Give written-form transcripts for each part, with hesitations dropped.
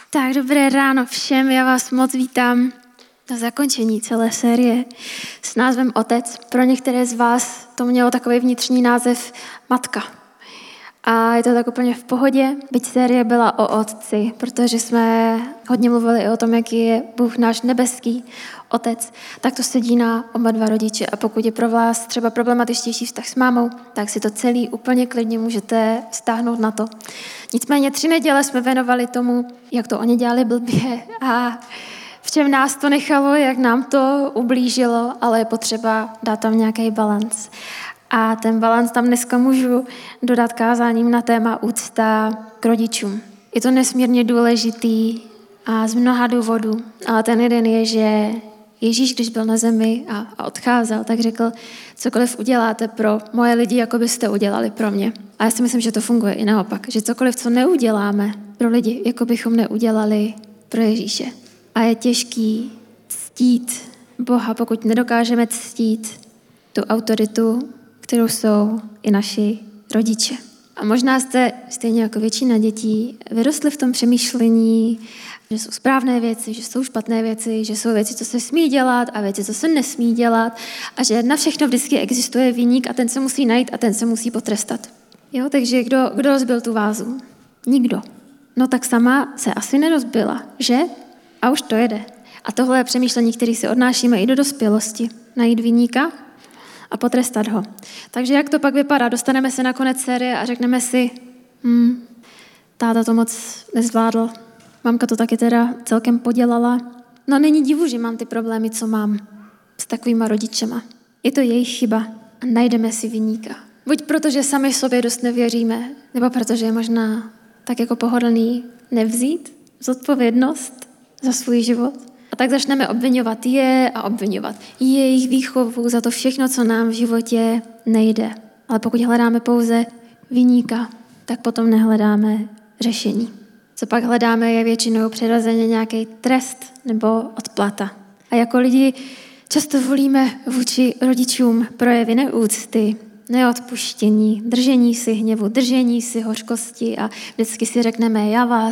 Tak dobré ráno všem, já vás moc vítám na zakončení celé série s názvem Otec. Pro některé z vás to mělo takový vnitřní název Matka. A je to tak úplně v pohodě, byť série byla o Otci, protože jsme hodně mluvili i o tom, jaký je Bůh náš nebeský Otec, tak to sedí na oba dva rodiče. A pokud je pro vás třeba problematičtější vztah s mámou, tak si to celý úplně klidně můžete vztáhnout na to. Nicméně 3 neděle jsme věnovali tomu, jak to oni dělali blbě a v čem nás to nechalo, jak nám to ublížilo, ale je potřeba dát tam nějaký balanc. A ten balanc tam dneska můžu dodat kázáním na téma úcta k rodičům. Je to nesmírně důležitý a z mnoha důvodů, ale ten jeden je, že Ježíš, když byl na zemi a odcházel, tak řekl, cokoliv uděláte pro moje lidi, jako byste udělali pro mě. A já si myslím, že to funguje i naopak, že cokoliv, co neuděláme pro lidi, jako bychom neudělali pro Ježíše. A je těžký ctít Boha, pokud nedokážeme ctít tu autoritu, kterou jsou i naši rodiče. A možná jste stejně jako většina dětí vyrostli v tom přemýšlení, že jsou správné věci, že jsou špatné věci, že jsou věci, co se smí dělat a věci, co se nesmí dělat a že na všechno vždycky existuje viník a ten se musí najít a ten se musí potrestat. Jo, takže kdo rozbil tu vázu? Nikdo. No tak sama se asi nerozbila, že? A už to jede. A tohle je přemýšlení, které si odnášíme i do dospělosti. Najít viníka a potrestat ho. Takže jak to pak vypadá? Dostaneme se na konec série a řekneme si, táta to moc nezvládl, mamka to taky teda celkem podělala. No není divu, že mám ty problémy, co mám s takovýma rodičema. Je to jejich chyba a najdeme si viníka. Buď protože sami sobě dost nevěříme, nebo protože je možná tak jako pohodlný nevzít zodpovědnost za svůj život. A tak začneme obviňovat je a obviňovat jejich výchovu za to všechno, co nám v životě nejde. Ale pokud hledáme pouze viníka, tak potom nehledáme řešení. Co pak hledáme, je většinou přirozeně nějaký trest nebo odplata. A jako lidi často volíme vůči rodičům projevy neúcty, neodpuštění, držení si hněvu, držení si hořkosti a vždycky si řekneme,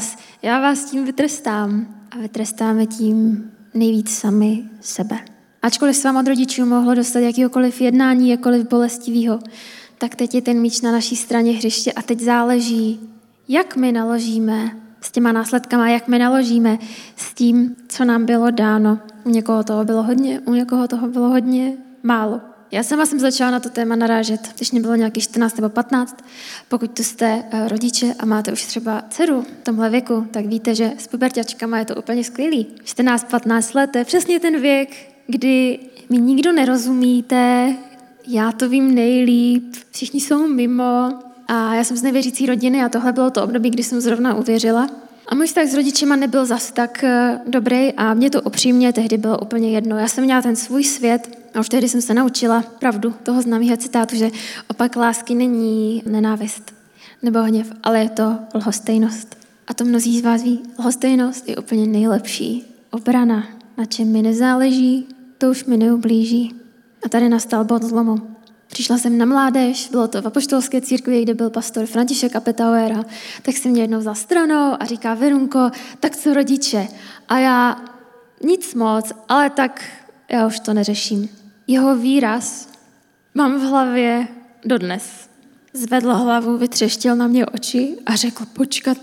já vás tím vytrestám. A vytrestáme tím nejvíc sami sebe. Ačkoliv se vám od rodičů mohlo dostat jakýkoliv jednání, jakkoliv bolestivého, tak teď je ten míč na naší straně hřiště a teď záleží, jak my naložíme s těma následkama, jak my naložíme s tím, co nám bylo dáno. U někoho toho bylo hodně, u někoho toho bylo hodně málo. Já sama jsem začala na to téma narážet, když mě bylo nějakých 14 nebo 15. Pokud tu jste rodiče a máte už třeba dceru v tomhle věku, tak víte, že s puberťačkama je to úplně skvělý. 14-15 let, to je přesně ten věk, kdy mi nikdo nerozumíte, já to vím nejlíp, všichni jsou mimo a já jsem z nevěřící rodiny a tohle bylo to období, kdy jsem zrovna uvěřila. A můj vztah s rodičema nebyl zas tak dobrý a mě to upřímně tehdy bylo úplně jedno. Já jsem měla ten svůj svět a už tehdy jsem se naučila pravdu toho známého citátu, že opak lásky není nenávist nebo hněv, ale je to lhostejnost. A to mnozí z vás ví, lhostejnost je úplně nejlepší obrana. Na čem mi nezáleží, to už mi neublíží. A tady nastal bod zlomu. Přišla jsem na mládež, bylo to v apoštolské církvi, kde byl pastor František Apetauer, tak si mě jednou vzal stranou a říká, Verunko, tak co rodiče? A já, nic moc, ale tak já už to neřeším. Jeho výraz mám v hlavě dodnes. Zvedl hlavu, vytřeštil na mě oči a řekl, počkat.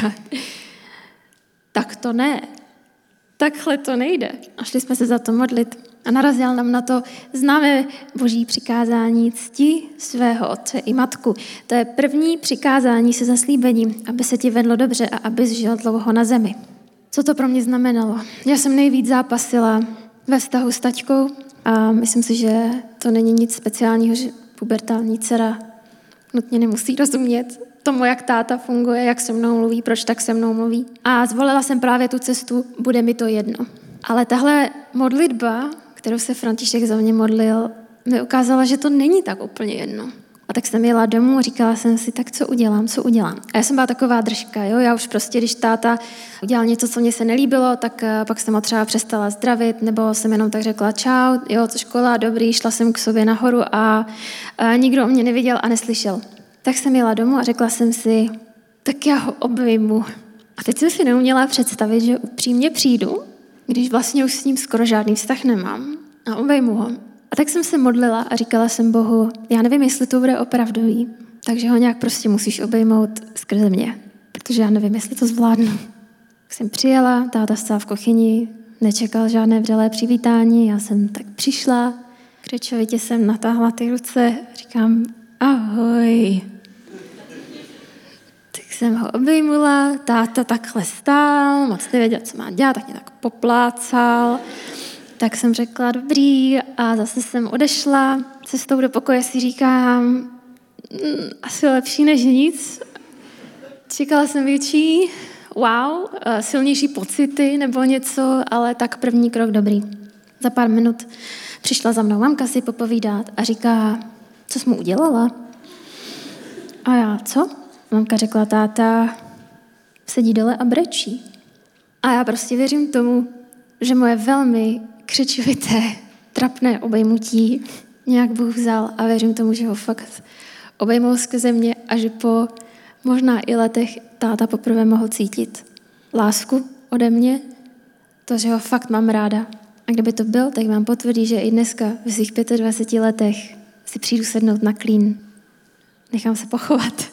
Tak to ne. Takhle to nejde. A šli jsme se za to modlit. A narazil nám na to známé boží přikázání cti svého otce i matku. To je první přikázání se zaslíbením, aby se ti vedlo dobře a abys žil dlouho na zemi. Co to pro mě znamenalo? Já jsem nejvíc zápasila ve vztahu s taťkou a myslím si, že to není nic speciálního, že pubertální dcera nutně nemusí rozumět tomu, jak táta funguje, jak se mnou mluví, proč tak se mnou mluví. A zvolila jsem právě tu cestu, bude mi to jedno. Ale tahle modlitba, kterou se František za mě modlil, mi ukázala, že to není tak úplně jedno. A tak jsem jela domů a říkala jsem si, tak co udělám. A já jsem byla taková držka, jo? Já už prostě, když táta udělal něco, co mě se nelíbilo, tak pak jsem ho třeba přestala zdravit, nebo jsem jenom tak řekla čau, jo, co škola, dobrý, šla jsem k sobě nahoru a nikdo o mě neviděl a neslyšel. Tak jsem jela domů a řekla jsem si, tak já ho obejmu a A teď jsem si neuměla představit, že upřímně přijdu, když vlastně už s ním skoro žádný vztah nemám a obejmu ho. A tak jsem se modlila a říkala jsem Bohu, já nevím, jestli to bude opravdový, takže ho nějak prostě musíš obejmout skrze mě, protože já nevím, jestli to zvládnu. Tak jsem přijela, táta stál v kuchyni, nečekal žádné vřelé přivítání, já jsem tak přišla, křečovitě jsem natáhla ty ruce, říkám ahoj. Tak jsem ho obejmula, táta takhle stál, moc nevěděl, co má dělat, tak mě tak poplácal. Tak jsem řekla dobrý a zase jsem odešla. Cestou do pokoje si říkám, asi lepší než nic. Čekala jsem větší, silnější pocity nebo něco, ale tak první krok dobrý. Za pár minut přišla za mnou mamka si popovídat a říká, co jsi mu udělala? A já, co? Mamka řekla, táta sedí dole a brečí. A já prostě věřím tomu, že moje velmi křičovité, trapné obejmutí nějak Bůh vzal a věřím tomu, že ho fakt obejmul skrze mě a že po možná i letech táta poprvé mohl cítit lásku ode mě, to, že ho fakt mám ráda. A kdyby to byl, tak vám potvrdí, že i dneska v svých 25 letech si přijdu sednout na klín. Nechám se pochovat.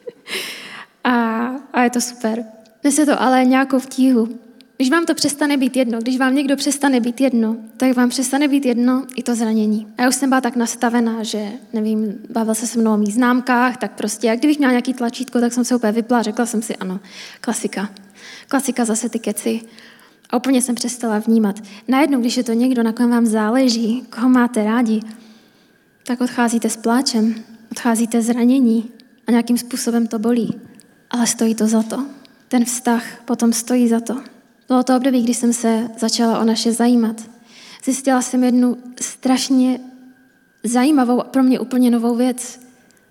a je to super. Nese to ale nějakou tíhu. Když vám to přestane být jedno, když vám někdo přestane být jedno, tak vám přestane být jedno i to zranění. A já už jsem byla tak nastavená, že, nevím, bavil se mnou o mých známkách, tak prostě, jak kdybych měla nějaký tlačítko, tak jsem se úplně vypla a řekla jsem si, ano, klasika. Klasika, zase ty keci. A úplně jsem přestala vnímat. Najednou, když je to někdo, na kom vám záleží, koho máte rádi, tak odcházíte s pláčem, odcházíte zranění a nějakým způsobem to bolí. Ale stojí to za to. Ten vztah potom stojí za to. Bylo to období, kdy jsem se začala o naše zajímat. Zjistila jsem jednu strašně zajímavou a pro mě úplně novou věc.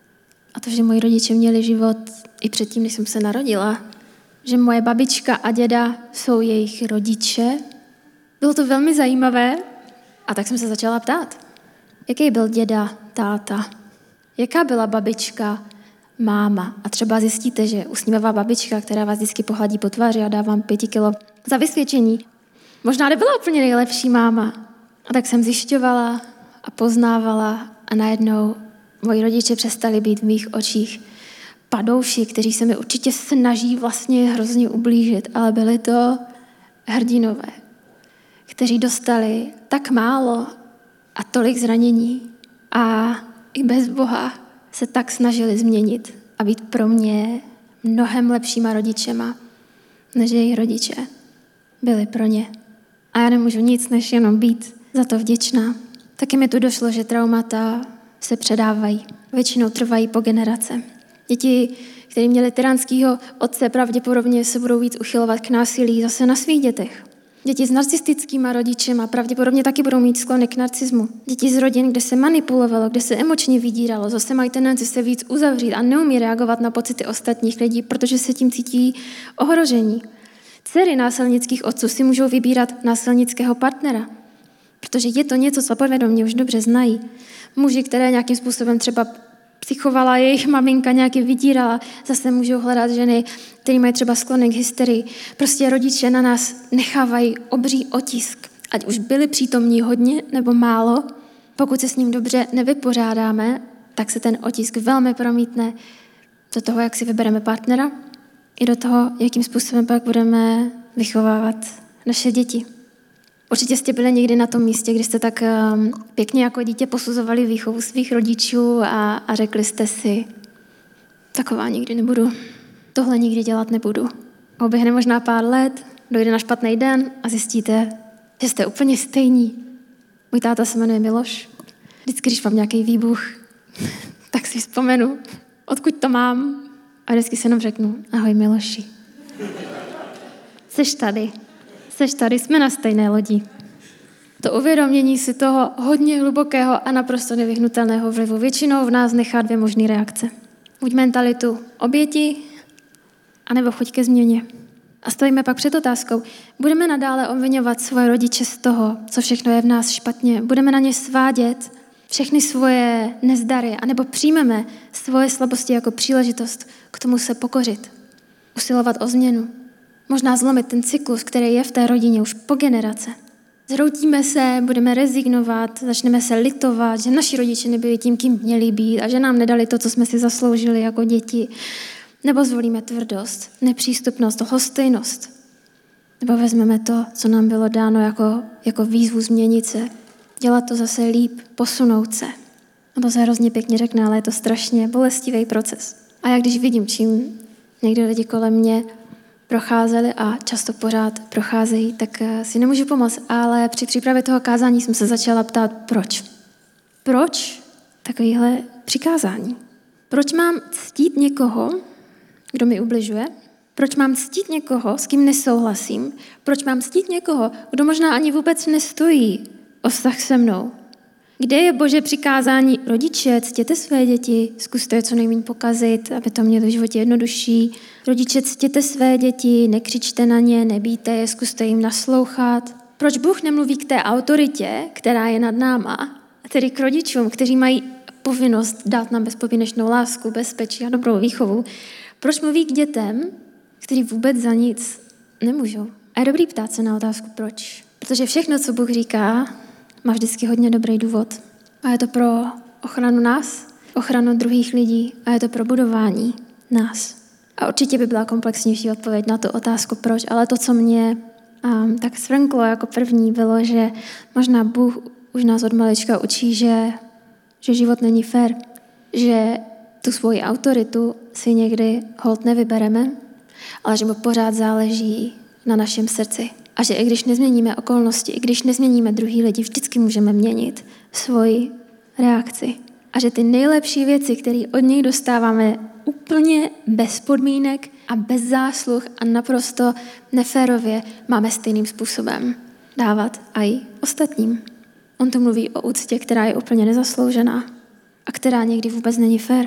A to, že moji rodiče měli život i předtím, než jsem se narodila. Že moje babička a děda jsou jejich rodiče. Bylo to velmi zajímavé a tak jsem se začala ptát. Jaký byl děda, táta? Jaká byla babička, máma? A třeba zjistíte, že usmívavá babička, která vás vždycky pohladí po tváři a dá vám 5 kilo za vysvědčení, možná nebyla úplně nejlepší máma. A tak jsem zjišťovala a poznávala a najednou moji rodiče přestali být v mých očích padouši, kteří se mi určitě snaží vlastně hrozně ublížit, ale byli to hrdinové, kteří dostali tak málo a tolik zranění a i bez Boha se tak snažili změnit a být pro mě mnohem lepšíma rodičema, než jejich rodiče byli pro ně. A já nemůžu nic, než jenom být za to vděčná. Taky mi tu došlo, že traumata se předávají. Většinou trvají po generace. Děti, které měly tyranského otce, pravděpodobně se budou víc uchylovat k násilí zase na svých dětech. Děti s narcistickýma rodičema pravděpodobně taky budou mít sklony k narcismu. Děti z rodin, kde se manipulovalo, kde se emočně vydíralo, zase mají tendenci se víc uzavřít a neumí reagovat na pocity ostatních lidí, protože se tím cítí ohrožení. Dcery násilnických otců si můžou vybírat násilnického partnera, protože je to něco, co podvědomě už dobře znají. Muži, které nějakým způsobem třeba psychovala jejich maminka, nějaký vydírala, zase můžou hledat ženy, které mají třeba sklony k hysterii. Prostě rodiče na nás nechávají obří otisk, ať už byli přítomní hodně nebo málo. Pokud se s ním dobře nevypořádáme, tak se ten otisk velmi promítne do toho, jak si vybereme partnera, i do toho, jakým způsobem pak budeme vychovávat naše děti. Určitě jste byli někdy na tom místě, kdy jste tak pěkně jako dítě posuzovali výchovu svých rodičů a řekli jste si, taková nikdy nebudu, tohle nikdy dělat nebudu. Oběhne možná pár let, dojde na špatný den a zjistíte, že jste úplně stejní. Můj táta se jmenuje Miloš. Vždycky, když mám nějaký výbuch, tak si vzpomenu, odkud to mám. A vždycky se jenom řeknu, ahoj Miloši. Seš tady, jsme na stejné lodi. To uvědomění si toho hodně hlubokého a naprosto nevyhnutelného vlivu většinou v nás nechá 2 možné reakce. Buď mentalitu oběti, anebo chuť ke změně. A stojíme pak před otázkou, budeme nadále obviňovat svoje rodiče z toho, co všechno je v nás špatně, budeme na ně svádět všechny svoje nezdary, anebo přijmeme svoje slabosti jako příležitost k tomu se pokořit, usilovat o změnu. možná zlomit ten cyklus, který je v té rodině už po generace. Zhroutíme se, budeme rezignovat, začneme se litovat, že naši rodiče nebyli tím, kým měli být a že nám nedali to, co jsme si zasloužili jako děti. Nebo zvolíme tvrdost, nepřístupnost, lhostejnost. Nebo vezmeme to, co nám bylo dáno jako výzvu změnit se, dělat to zase líp, posunout se. Nebo se hrozně pěkně řekne, ale je to strašně bolestivý proces. A já když vidím, čím někdy lidi kolem mě procházeli a často pořád procházejí, tak si nemůžu pomoct. Ale při přípravě toho kázání jsem se začala ptát, proč. Proč takovýhle přikázání? Proč mám ctít někoho, kdo mi ubližuje? Proč mám ctít někoho, s kým nesouhlasím? Proč mám ctít někoho, kdo možná ani vůbec nestojí o vztah se mnou? Kde je Bože přikázání? Rodiče, ctěte své děti, zkuste je co nejméně pokazit, aby to mělo v životě jednodušší. Rodiče, ctěte své děti, nekřičte na ně, nebijte je, zkuste jim naslouchat. Proč Bůh nemluví k té autoritě, která je nad náma, a tedy k rodičům, kteří mají povinnost dát nám bezpodmínečnou lásku, bezpečí a dobrou výchovu? Proč mluví k dětem, kteří vůbec za nic nemůžou? A je dobrý ptát se na otázku proč. Protože všechno, co Bůh říká, má vždycky hodně dobrý důvod. A je to pro ochranu nás, ochranu druhých lidí a je to pro budování nás. A určitě by byla komplexnější odpověď na tu otázku proč, ale to, co mě tak svrnklo jako první, bylo, že možná Bůh už nás od malička učí, že život není fér, že tu svoji autoritu si někdy holt nevybereme, ale že mu pořád záleží na našem srdci. A že i když nezměníme okolnosti, i když nezměníme druhý lidi, vždycky můžeme měnit svoji reakci. A že ty nejlepší věci, které od něj dostáváme úplně bez podmínek a bez zásluh a naprosto neférově, máme stejným způsobem dávat i ostatním. On to mluví o úctě, která je úplně nezasloužená a která někdy vůbec není fér.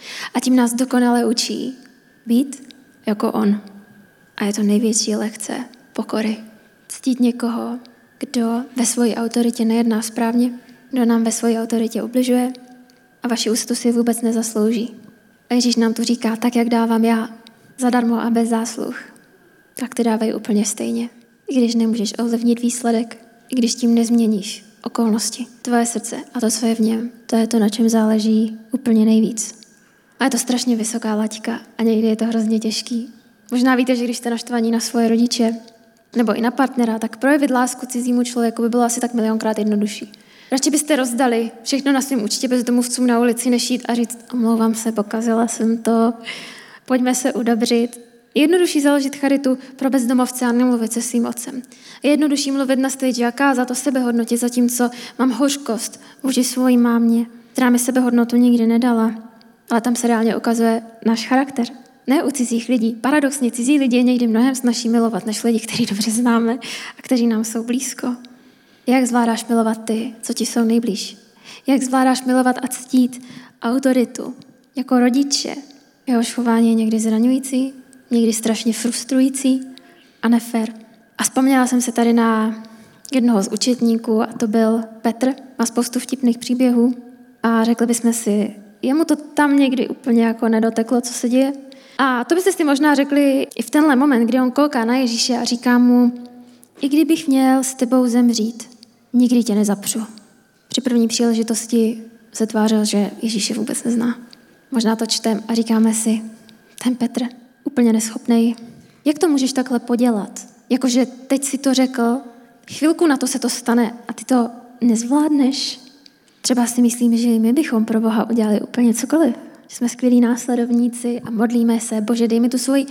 A tím nás dokonale učí být jako on. A je to největší lekce pokory. Ctít někoho, kdo ve své autoritě nejedná správně, kdo nám ve své autoritě ubližuje a vaši úctu si vůbec nezaslouží. A Ježíš nám tu říká, tak jak dávám já, zadarmo a bez zásluh, tak ty dávají úplně stejně. I když nemůžeš ovlivnit výsledek, i když tím nezměníš okolnosti. Tvoje srdce a to, co je v něm, to je to, na čem záleží úplně nejvíc. A je to strašně vysoká laťka a někdy je to hrozně těžký. Možná víte, že když jste naštvaní na svoje rodiče nebo i na partnera, tak projevit lásku cizímu člověku by bylo asi tak milionkrát jednodušší. Radši byste rozdali všechno na svém účtě bezdomovcům na ulici, než jít a říct, omlouvám se, pokazila jsem to, pojďme se udobřit. Je jednodušší založit charitu pro bezdomovce a nemluvit se svým otcem. Je jednodušší mluvit na stage a kázat o sebehodnotě, zatímco mám hořkost vůči svojí mámě, která mi sebehodnotu nikdy nedala. Ale tam se reálně ukazuje náš charakter. Ne u cizích lidí. Paradoxně cizí lidi je někdy mnohem snazší milovat, než lidi, kteří dobře známe a kteří nám jsou blízko. Jak zvládáš milovat ty, co ti jsou nejblíž? Jak zvládáš milovat a ctít autoritu jako rodiče? Jehož chování je někdy zraňující, někdy strašně frustrující a nefér. A vzpomněla jsem se tady na jednoho z učetníků, a to byl Petr. Má spoustu vtipných příběhů a řekli bychom si, jemu to tam někdy úplně jako nedoteklo, co se děje. A to byste si možná řekli i v tenhle moment, kdy on kouká na Ježíše a říká mu, i kdybych měl s tebou zemřít, nikdy tě nezapřu. Při první příležitosti se tvářil, že Ježíše vůbec nezná. Možná to čtem a říkáme si, ten Petr, úplně neschopnej. Jak to můžeš takhle podělat? Jakože teď si to řekl, chvilku na to se to stane a ty to nezvládneš. Třeba si myslím, že my bychom pro Boha udělali úplně cokoliv. Že jsme skvělí následovníci a modlíme se, Bože, dej mi tu svoji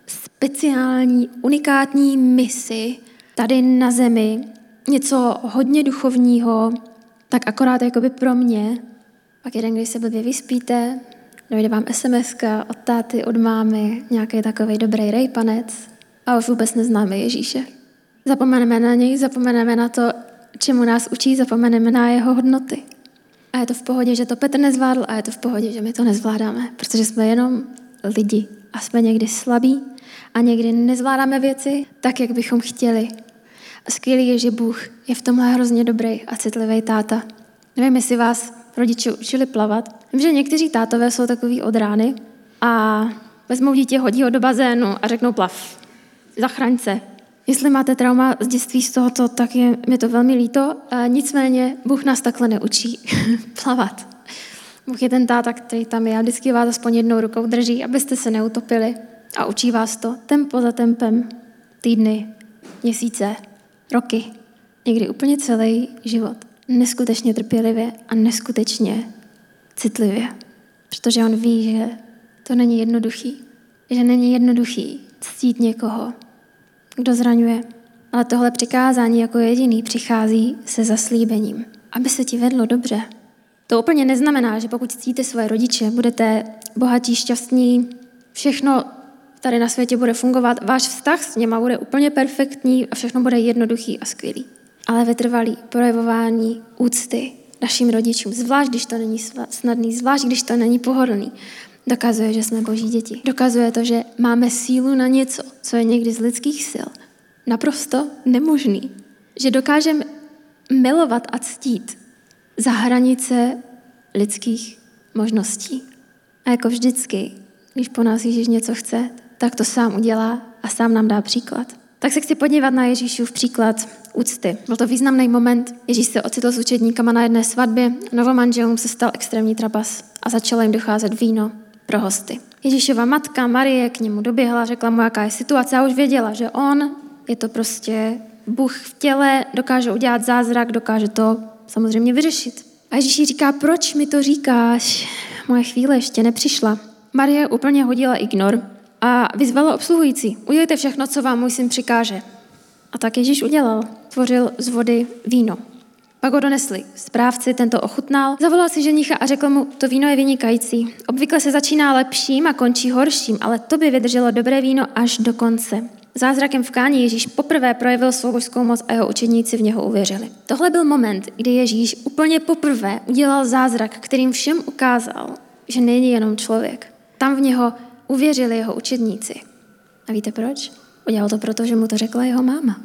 speciální, unikátní misi tady na zemi, něco hodně duchovního, tak akorát jakoby pro mě. Pak jeden, když se blbě vyspíte, dojde vám SMS-ka od táty, od mámy, nějaký takovej dobrý rejpanec a už vůbec neznáme Ježíše. Zapomeneme na něj, zapomeneme na to, čemu nás učí, zapomeneme na jeho hodnoty. A je to v pohodě, že to Petr nezvládl a je to v pohodě, že my to nezvládáme, protože jsme jenom lidi a jsme někdy slabí a někdy nezvládáme věci tak, jak bychom chtěli. A skvělý je, že Bůh je v tomhle hrozně dobrý a citlivý táta. Nevím, jestli vás rodiče učili plavat. Vím, že někteří tátové jsou takový od rány a vezmou dítě, hodí ho do bazénu a řeknou plav. Zachraňce. Jestli máte trauma z dětství z tohoto, tak je mi to velmi líto. Nicméně Bůh nás takhle neučí plavat. Bůh je ten táta, který tam je a vždycky vás aspoň jednou rukou drží, abyste se neutopili. A učí vás to tempo za tempem, týdny, měsíce, roky, někdy úplně celý život. Neskutečně trpělivě a neskutečně citlivě. Protože on ví, že to není jednoduchý. Že není jednoduchý ctít někoho, kdo zraňuje. Ale tohle přikázání jako jediný přichází se zaslíbením, aby se ti vedlo dobře. To úplně neznamená, že pokud ctíte svoje rodiče, budete bohatí, šťastní, všechno tady na světě bude fungovat, váš vztah s něma bude úplně perfektní a všechno bude jednoduchý a skvělý. Ale vytrvalý projevování úcty našim rodičům, zvlášť když to není snadný, zvlášť když to není pohodlný, dokazuje, že jsme Boží děti. Dokazuje to, že máme sílu na něco, co je někdy z lidských sil naprosto nemožný. Že dokážeme milovat a ctít za hranice lidských možností. A jako vždycky, když po nás Ježíš něco chce, tak to sám udělá a sám nám dá příklad. Tak se chci podívat na Ježíšův příklad úcty. Byl to významný moment. Ježíš se ocitl s učedníkama na jedné svatbě, novomanželům se stal extrémní trapas a začalo jim docházet víno pro hosty. Ježíšova matka Marie k němu doběhla, řekla mu, jaká je situace a už věděla, že on je to prostě Bůh v těle, dokáže udělat zázrak, dokáže to samozřejmě vyřešit. A Ježíš jí říká, proč mi to říkáš? Moje chvíle ještě nepřišla. Marie úplně hodila ignor a vyzvala obsluhující. Udělejte všechno, co vám můj syn přikáže. A tak Ježíš udělal. Tvořil z vody víno. Pak ho donesli. Správci tento ochutnal, zavolal si ženicha a řekl mu, to víno je vynikající. Obvykle se začíná lepším a končí horším, ale to by vydrželo dobré víno až do konce. Zázrakem v Káni Ježíš poprvé projevil svou božskou moc a jeho učedníci v něho uvěřili. Tohle byl moment, kdy Ježíš úplně poprvé udělal zázrak, kterým všem ukázal, že není jenom člověk. Tam v něho uvěřili jeho učedníci. A víte proč? Udělal to proto, že mu to řekla jeho máma.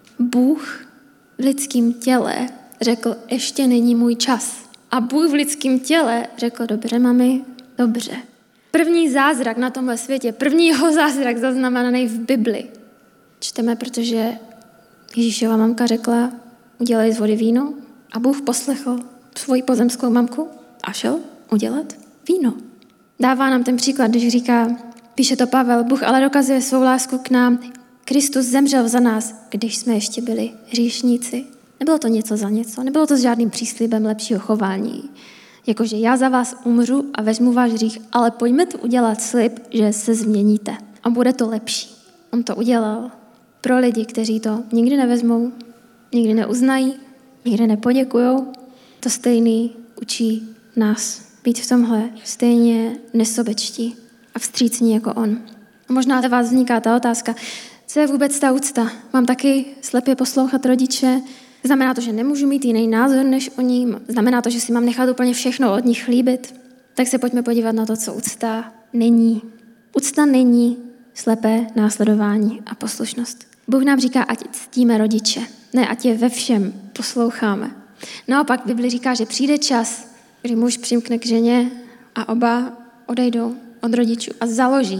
Bůh v lidském těle řekl, ještě není můj čas. A Bůh v lidském těle řekl, dobře, mami, dobře. První zázrak na tomhle světě, první jeho zázrak zaznamenaný v Bibli. Čteme, protože Ježíšova mamka řekla, udělej z vody víno a Bůh poslechl svoji pozemskou mamku a šel udělat víno. Dává nám ten příklad, když říká, píše to Pavel, Bůh ale dokazuje svou lásku k nám. Kristus zemřel za nás, když jsme ještě byli hříšníci. Nebylo to něco za něco, nebylo to s žádným příslibem lepšího chování. Jakože já za vás umřu a vezmu váš hřích, ale pojďme tu udělat slib, že se změníte a bude to lepší. On to udělal pro lidi, kteří to nikdy nevezmou, nikdy neuznají, nikdy nepoděkujou. To stejný učí nás být v tomhle stejně nesobečtí a vstřícní jako on. A možná za vás vzniká ta otázka, co je vůbec ta úcta? Mám taky slepě poslouchat rodiče? Znamená to, že nemůžu mít jiný názor než o ním? Znamená to, že si mám nechat úplně všechno od nich líbit? Tak se pojďme podívat na to, co úcta není. Úcta není slepé následování a poslušnost. Bůh nám říká, ať ctíme rodiče, ne ať je ve všem posloucháme. Naopak Bibli říká, že přijde čas, kdy muž přimkne k ženě a oba odejdou od rodičů a založí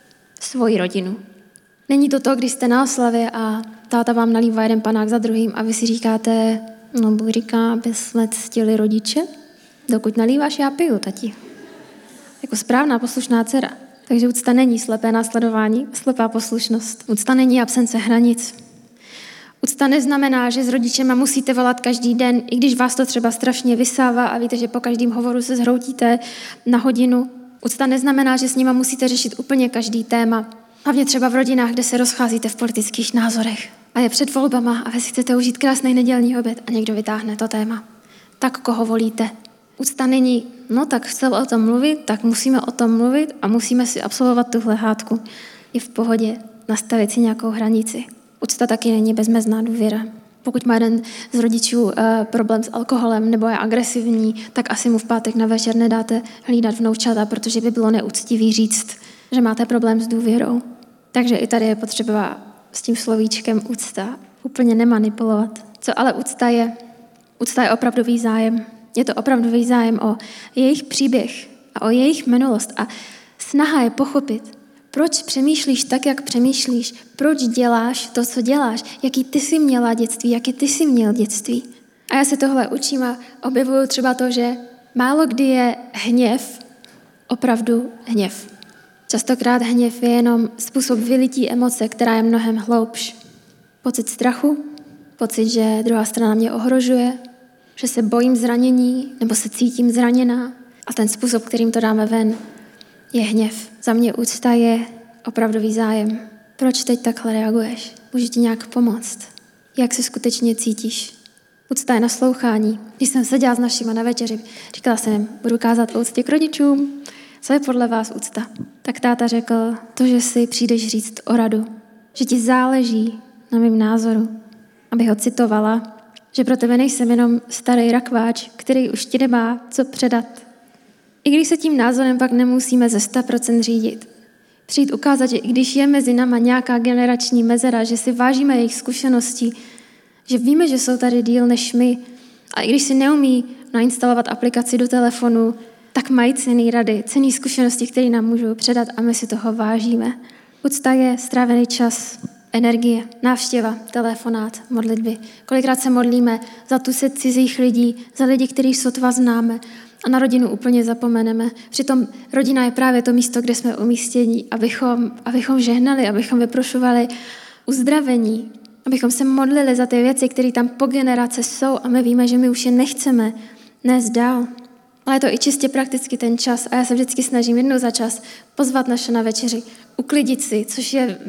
svoji rodinu. Není to to, když jste na oslavě a táta vám nalívá jeden panák za druhým a vy si říkáte, no Bůh říká, aby jsme ctili rodiče, dokud nalíváš, já piju, tati. Jako správná poslušná dcera. Takže úcta není slepé následování, slepá poslušnost. Úcta není absence hranic. Úcta neznamená, že s rodičema musíte volat každý den, i když vás to třeba strašně vysává a víte, že po každém hovoru se zhroutíte na hodinu. Úcta neznamená, že s nima musíte řešit úplně každý téma. Hlavně třeba v rodinách, kde se rozcházíte v politických názorech. A je před volbama a vy si chcete užít krásný nedělní oběd a někdo vytáhne to téma. Tak koho volíte? Úcta není, no tak chceme o tom mluvit, tak musíme o tom mluvit a musíme si absolvovat tuhle hádku. Je v pohodě nastavit si nějakou hranici. Úcta taky není bezmezná důvěra. Pokud má jeden z rodičů problém s alkoholem nebo je agresivní, tak asi mu v pátek na večer nedáte hlídat vnoučata, protože by bylo neúctivý říct, že máte problém s důvěrou. Takže i tady je potřeba s tím slovíčkem úcta úplně nemanipulovat. Co ale úcta je? Úcta je opravdový zájem. Je to opravdový zájem o jejich příběh a o jejich minulost a snaha je pochopit, Proč přemýšlíš tak, jak přemýšlíš? Proč děláš to, co děláš? Jaký ty jsi měla dětství? Jaký ty jsi měl dětství? A já se tohle učím a objevuju třeba to, že málo kdy je hněv opravdu hněv. Častokrát hněv je jenom způsob vylití emoce, která je mnohem hloubš. Pocit strachu, pocit, že druhá strana mě ohrožuje, že se bojím zranění nebo se cítím zraněná. A ten způsob, kterým to dáme ven, je hněv. Za mě úcta je opravdový zájem. Proč teď takhle reaguješ? Můžu ti nějak pomoct? Jak se skutečně cítíš? Úcta je naslouchání. Když jsem seděla s našima na večeři, říkala jsem, budu kázat o úctě k rodičům. Co je podle vás úcta? Tak táta řekl, to, že si přijdeš říct o radu. Že ti záleží na mém názoru. Abych ho citovala, že pro tebe nejsem jenom starý rakváč, který už ti nemá co předat. I když se tím názorem pak nemusíme ze 100% řídit. Přijít ukázat, že i když je mezi náma nějaká generační mezera, že si vážíme jejich zkušeností, že víme, že jsou tady díl než my, a i když si neumí nainstalovat aplikaci do telefonu, tak mají cenný rady, cenný zkušenosti, které nám můžou předat a my si toho vážíme. Úcta je strávený čas, energie, návštěva, telefonát, modlitby. Kolikrát se modlíme za tuset cizích lidí, za lidi, kterých sotva známe a na rodinu úplně zapomeneme. Přitom rodina je právě to místo, kde jsme umístění, abychom žehnali, abychom vyprošovali uzdravení, abychom se modlili za ty věci, které tam po generace jsou a my víme, že my už je nechceme nést dál. Ale je to i čistě prakticky ten čas a já se vždycky snažím jednou za čas pozvat naše na večeři, uklidit si, což je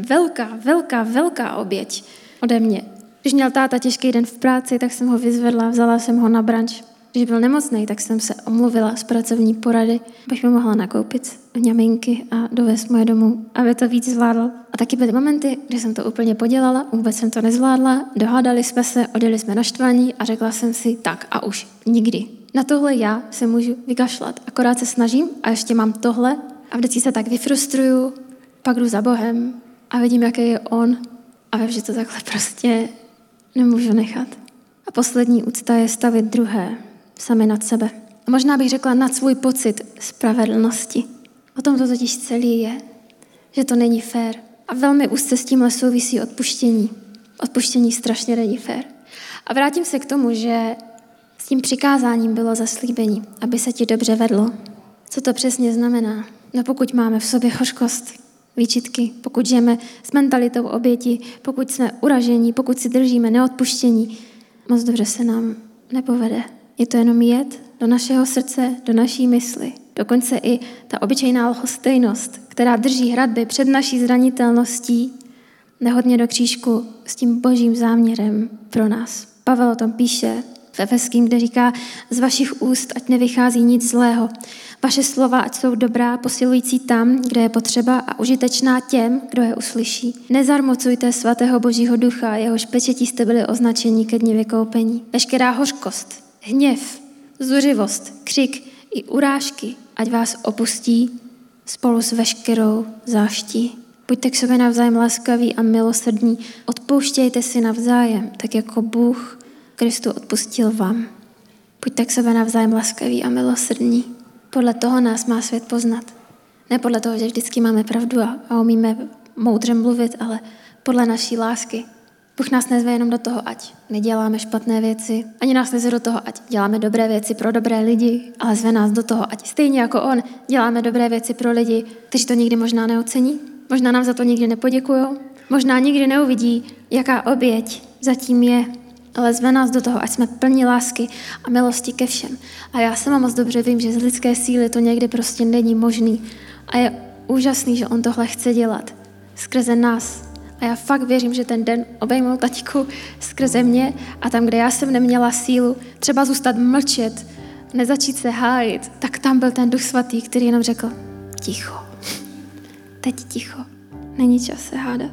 velká oběť ode mě. Když měl táta těžký den v práci, tak jsem ho vyzvedla, vzala jsem ho na branč. Když byl nemocný, tak jsem se omluvila z pracovní porady, abych mi mohla nakoupit ňaminky a dovést moje domů, aby to víc zvládl. A taky byly momenty, kdy jsem to úplně podělala, vůbec jsem to nezvládla, dohádali jsme se, odjeli jsme naštvaní a řekla jsem si tak a už nikdy. Na tohle já se můžu vykašlat. Akorát se snažím a ještě mám tohle a vždycky se tak vyfrustruju, pak jdu za Bohem a vidím, jaký je on a vím, že to takhle prostě nemůžu nechat. A poslední úcta je stavit druhé sami nad sebe. A možná bych řekla nad svůj pocit spravedlnosti. O tom to totiž celý je, že to není fér. A velmi úzce s tímhle souvisí odpuštění. Odpuštění strašně není fér. A vrátím se k tomu, že s tím přikázáním bylo zaslíbení, aby se ti dobře vedlo. Co to přesně znamená? No pokud máme v sobě hořkost, výčitky, pokud žijeme s mentalitou oběti, pokud jsme uražení, pokud si držíme neodpuštění, moc dobře se nám nepovede. Je to jenom jed do našeho srdce, do naší mysli. Dokonce i ta obyčejná lhostejnost, která drží hradby před naší zranitelností, nehodně do křížku s tím božím záměrem pro nás. Pavel o tom píše v Efeským, kde říká, z vašich úst ať nevychází nic zlého. Vaše slova ať jsou dobrá, posilující tam, kde je potřeba a užitečná těm, kdo je uslyší. Nezarmocujte svatého božího ducha, jehož pečetí jste byli označeni ke dni vykoupení. Veškerá hořkost, hněv, zuřivost, křik i urážky, ať vás opustí spolu s veškerou záští. Buďte k sobě navzájem laskaví a milosrdní, odpouštějte si navzájem, tak jako Bůh Kristu odpustil vám. Buďte k sobě navzájem laskaví a milosrdní. Podle toho nás má svět poznat. Ne podle toho, že vždycky máme pravdu a umíme moudře mluvit, ale podle naší lásky. Bůh nás nezve jenom do toho, ať neděláme špatné věci, ani nás nezve do toho, ať děláme dobré věci pro dobré lidi, ale zve nás do toho, ať stejně jako on děláme dobré věci pro lidi, kteří to nikdy možná neocení, možná nám za to nikdy nepoděkujou, možná nikdy neuvidí, jaká oběť zatím je, ale zve nás do toho, ať jsme plní lásky a milosti ke všem. A já sama moc dobře vím, že z lidské síly to někdy prostě není možný. A je úžasný, že on tohle chce dělat skrze nás. A já fakt věřím, že ten den obejmul taťku skrze mě a tam, kde já jsem neměla sílu třeba zůstat mlčet, nezačít se hájit, tak tam byl ten Duch Svatý, který jenom řekl, ticho, teď ticho, není čas se hádat.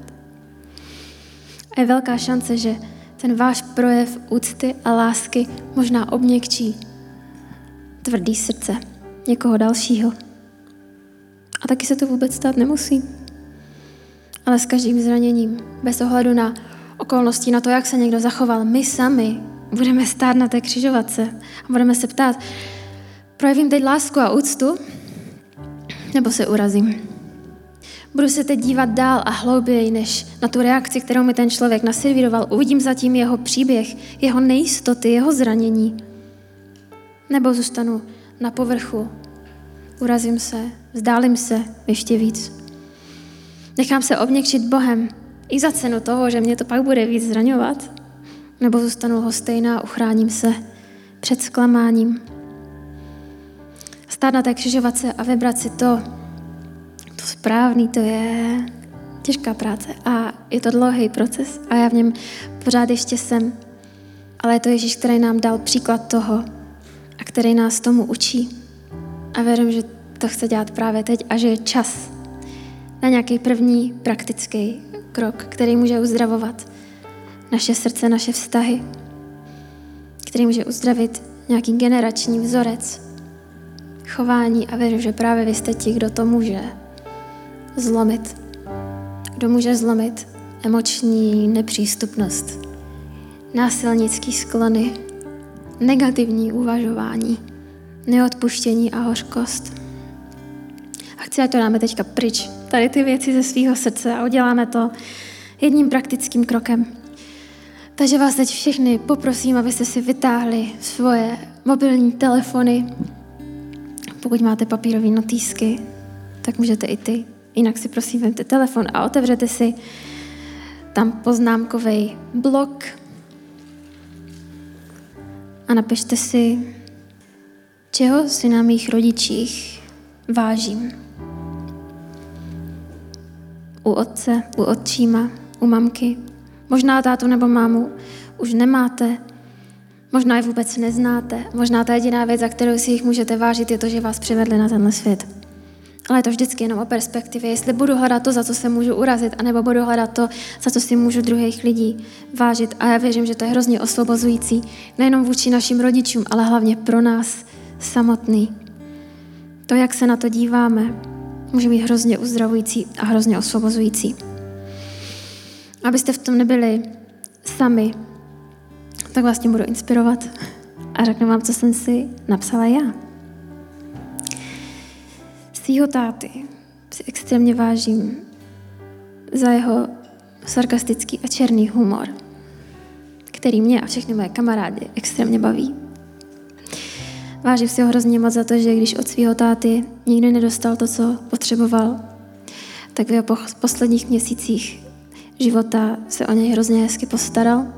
A je velká šance, že ten váš projev úcty a lásky možná obměkčí tvrdý srdce někoho dalšího. A taky se to vůbec stát nemusí. Ale s každým zraněním, bez ohledu na okolnosti, na to, jak se někdo zachoval, my sami budeme stát na té křižovatce a budeme se ptát, projevím teď lásku a úctu, nebo se urazím? Budu se teď dívat dál a hlouběji, než na tu reakci, kterou mi ten člověk naservíroval. Uvidím zatím jeho příběh, jeho nejistoty, jeho zranění. Nebo zůstanu na povrchu, urazím se, vzdálím se ještě víc. Nechám se obněkčit Bohem i za cenu toho, že mě to pak bude víc zraňovat. Nebo zůstanu lhostejná a uchráním se před zklamáním. Stát na té křižovatce a vybrat si to správný, to je těžká práce a je to dlouhý proces a já v něm pořád ještě jsem. Ale je to Ježíš, který nám dal příklad toho a který nás tomu učí. A věřím, že to chce dělat právě teď a že je čas na nějaký první praktický krok, který může uzdravovat naše srdce, naše vztahy, který může uzdravit nějaký generační vzorec chování a věřím, že právě vy jste ti, kdo to může zlomit. Kdo může zlomit emoční nepřístupnost, násilnický sklony, negativní uvažování, neodpuštění a hořkost. A chci, ať to dáme teďka pryč, tady ty věci ze svého srdce a uděláme to jedním praktickým krokem. Takže vás teď všechny poprosím, abyste si vytáhli svoje mobilní telefony. Pokud máte papírové notýsky, tak můžete i ty. Jinak si prosím vemte telefon a otevřete si tam poznámkový blok a napište si, čeho si na mých rodičích vážím. U otce, u otčíma, u mamky. Možná tátu nebo mámu už nemáte, možná je vůbec neznáte. Možná ta jediná věc, za kterou si jich můžete vážit, je to, že vás přivedli na tenhle svět. Ale je to vždycky jenom o perspektivě. Jestli budu hledat to, za co se můžu urazit, anebo budu hledat to, za co si můžu druhých lidí vážit. A já věřím, že to je hrozně osvobozující. Nejenom vůči našim rodičům, ale hlavně pro nás samotný. To, jak se na to díváme, může být hrozně uzdravující a hrozně osvobozující. Abyste v tom nebyli sami, tak vás tím budu inspirovat a řeknu vám, co jsem si napsala já. Svýho táty si extrémně vážím za jeho sarkastický a černý humor, který mě a všechny moje kamarády extrémně baví. Vážím si ho hrozně moc za to, že když od svého táty nikdy nedostal to, co potřeboval, tak v jeho posledních měsících života se o něj hrozně hezky postaral.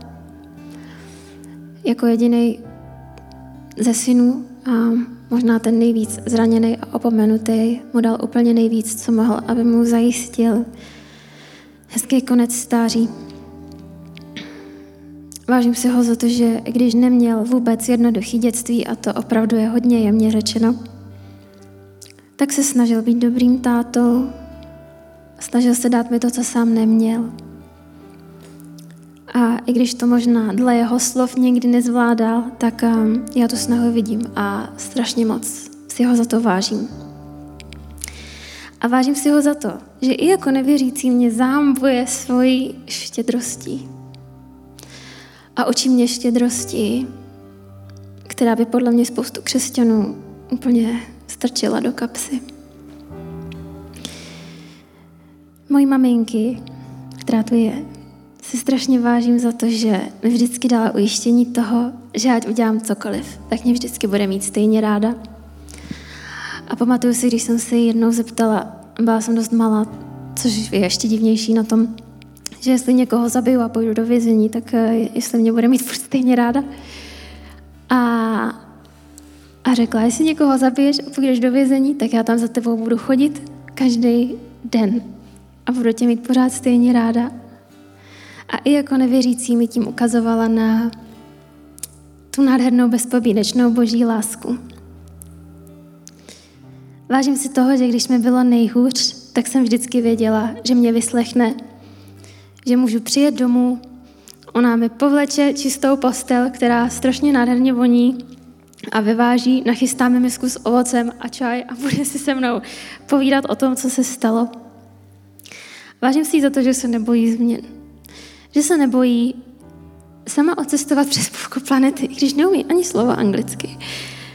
Jako jediný ze synů a možná ten nejvíc zraněný a opomenutý mu dal úplně nejvíc, co mohl, aby mu zajistil hezký konec stáří. Vážím si ho za to, že když neměl vůbec jednoduchý dětství, a to opravdu je hodně jemně řečeno, tak se snažil být dobrým tátou, snažil se dát mi to, co sám neměl. A i když to možná dle jeho slov někdy nezvládal, tak já tu snahu vidím a strašně moc si ho za to vážím. A vážím si ho za to, že i jako nevěřící mě zámbuje svojí štědrostí. A učí mě štědrosti, která by podle mě spoustu křesťanů úplně strčila do kapsy. Mojí maminky, která tu je, si strašně vážím za to, že mi vždycky dala ujištění toho, že ať udělám cokoliv, tak mě vždycky bude mít stejně ráda. A pamatuju si, když jsem se jí jednou zeptala, byla jsem dost malá, což je ještě divnější na tom, že jestli někoho zabiju a půjdu do vězení, tak jestli mě bude mít furt stejně ráda. A řekla, jestli někoho zabiješ a půjdeš do vězení, tak já tam za tebou budu chodit každý den a budu tě mít pořád stejně ráda. A i jako nevěřící mi tím ukazovala na tu nádhernou bezpodmínečnou boží lásku. Vážím si toho, že když mi bylo nejhůř, tak jsem vždycky věděla, že mě vyslechne, že můžu přijet domů, ona mi povleče čistou postel, která strašně nádherně voní a vyváží, nachystáme misku s ovocem a čaj a bude si se mnou povídat o tom, co se stalo. Vážím si za to, že se nebojí změn. Že se nebojí sama odcestovat přes půlku planety, i když neumí ani slovo anglicky.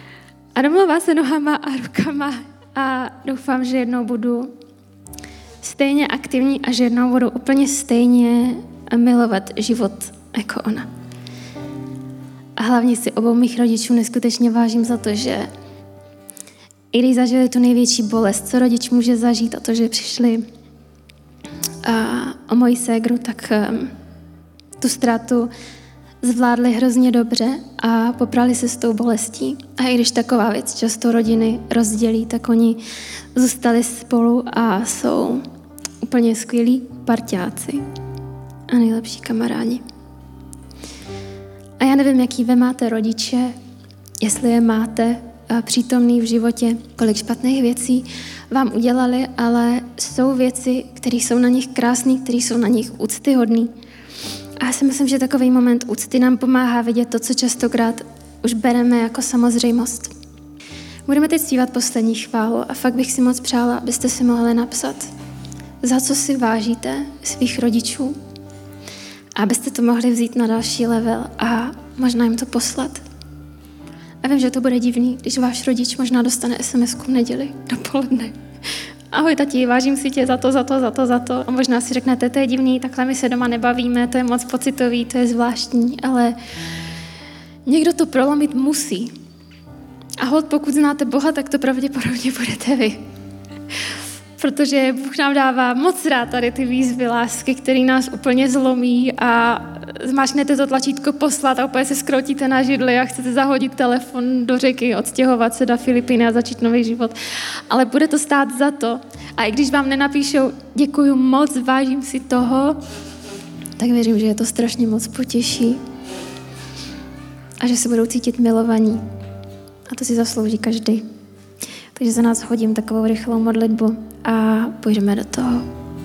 A domlouvá se nohama a rukama a doufám, že jednou budu stejně aktivní a že jednou budou úplně stejně milovat život jako ona. A hlavně si obou mých rodičů neskutečně vážím za to, že i když zažili tu největší bolest, co rodič může zažít, a to, že přišli o moji ségru, tak tu ztrátu zvládli hrozně dobře a poprali se s tou bolestí. A i když taková věc často rodiny rozdělí, tak oni zůstali spolu a jsou úplně skvělí parťáci a nejlepší kamarádi. A já nevím, jaký vy máte rodiče, jestli je máte přítomný v životě, kolik špatných věcí vám udělali, ale jsou věci, které jsou na nich krásné, které jsou na nich úctyhodné. A já si myslím, že takový moment úcty nám pomáhá vidět to, co častokrát už bereme jako samozřejmost. Budeme teď zpívat poslední chválu a fakt bych si moc přála, abyste si mohli napsat, za co si vážíte svých rodičů, a abyste to mohli vzít na další level a možná jim to poslat. A vím, že to bude divný, když váš rodič možná dostane SMS-ku v neděli dopoledne. Ahoj tati, vážím si tě za to. A možná si řeknete, to je divný, takhle my se doma nebavíme, to je moc pocitový, to je zvláštní, ale někdo to prolomit musí. A holt, pokud znáte Boha, tak to pravděpodobně budete vy. Protože Bůh nám dává moc rád tady ty výzvy lásky, který nás úplně zlomí a zmáčknete to tlačítko poslat a úplně se skroutíte na židli a chcete zahodit telefon do řeky, odstěhovat se do Filipíny a začít nový život. Ale bude to stát za to. A i když vám nenapíšou děkuju moc, vážím si toho, tak věřím, že je to strašně moc potěší a že se budou cítit milovaní. A to si zaslouží každý. Takže za nás hodím takovou rychlou modlitbu a půjdeme do toho.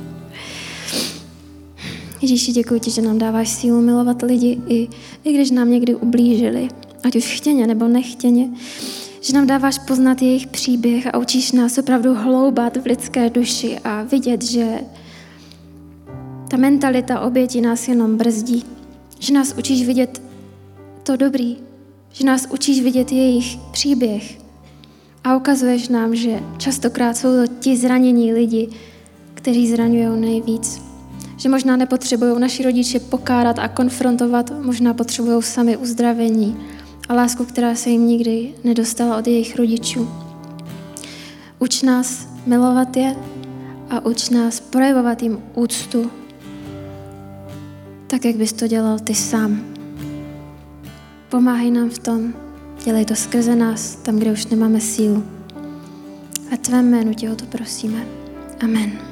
Ježíši, děkuji ti, že nám dáváš sílu milovat lidi, i když nám někdy ublížili, ať už chtěně nebo nechtěně, že nám dáváš poznat jejich příběh a učíš nás opravdu hloubat v lidské duši a vidět, že ta mentalita oběti nás jenom brzdí, že nás učíš vidět to dobrý, že nás učíš vidět jejich příběh a ukazuješ nám, že častokrát jsou to ti zranění lidi, kteří zraňují nejvíc. Že možná nepotřebují naši rodiče pokárat a konfrontovat, možná potřebují sami uzdravení a lásku, která se jim nikdy nedostala od jejich rodičů. Uč nás milovat je a uč nás projevovat jim úctu, tak, jak bys to dělal ty sám. Pomáhej nám v tom, dělej to skrze nás, tam, kde už nemáme sílu. A tvém jménu tě o to prosíme. Amen.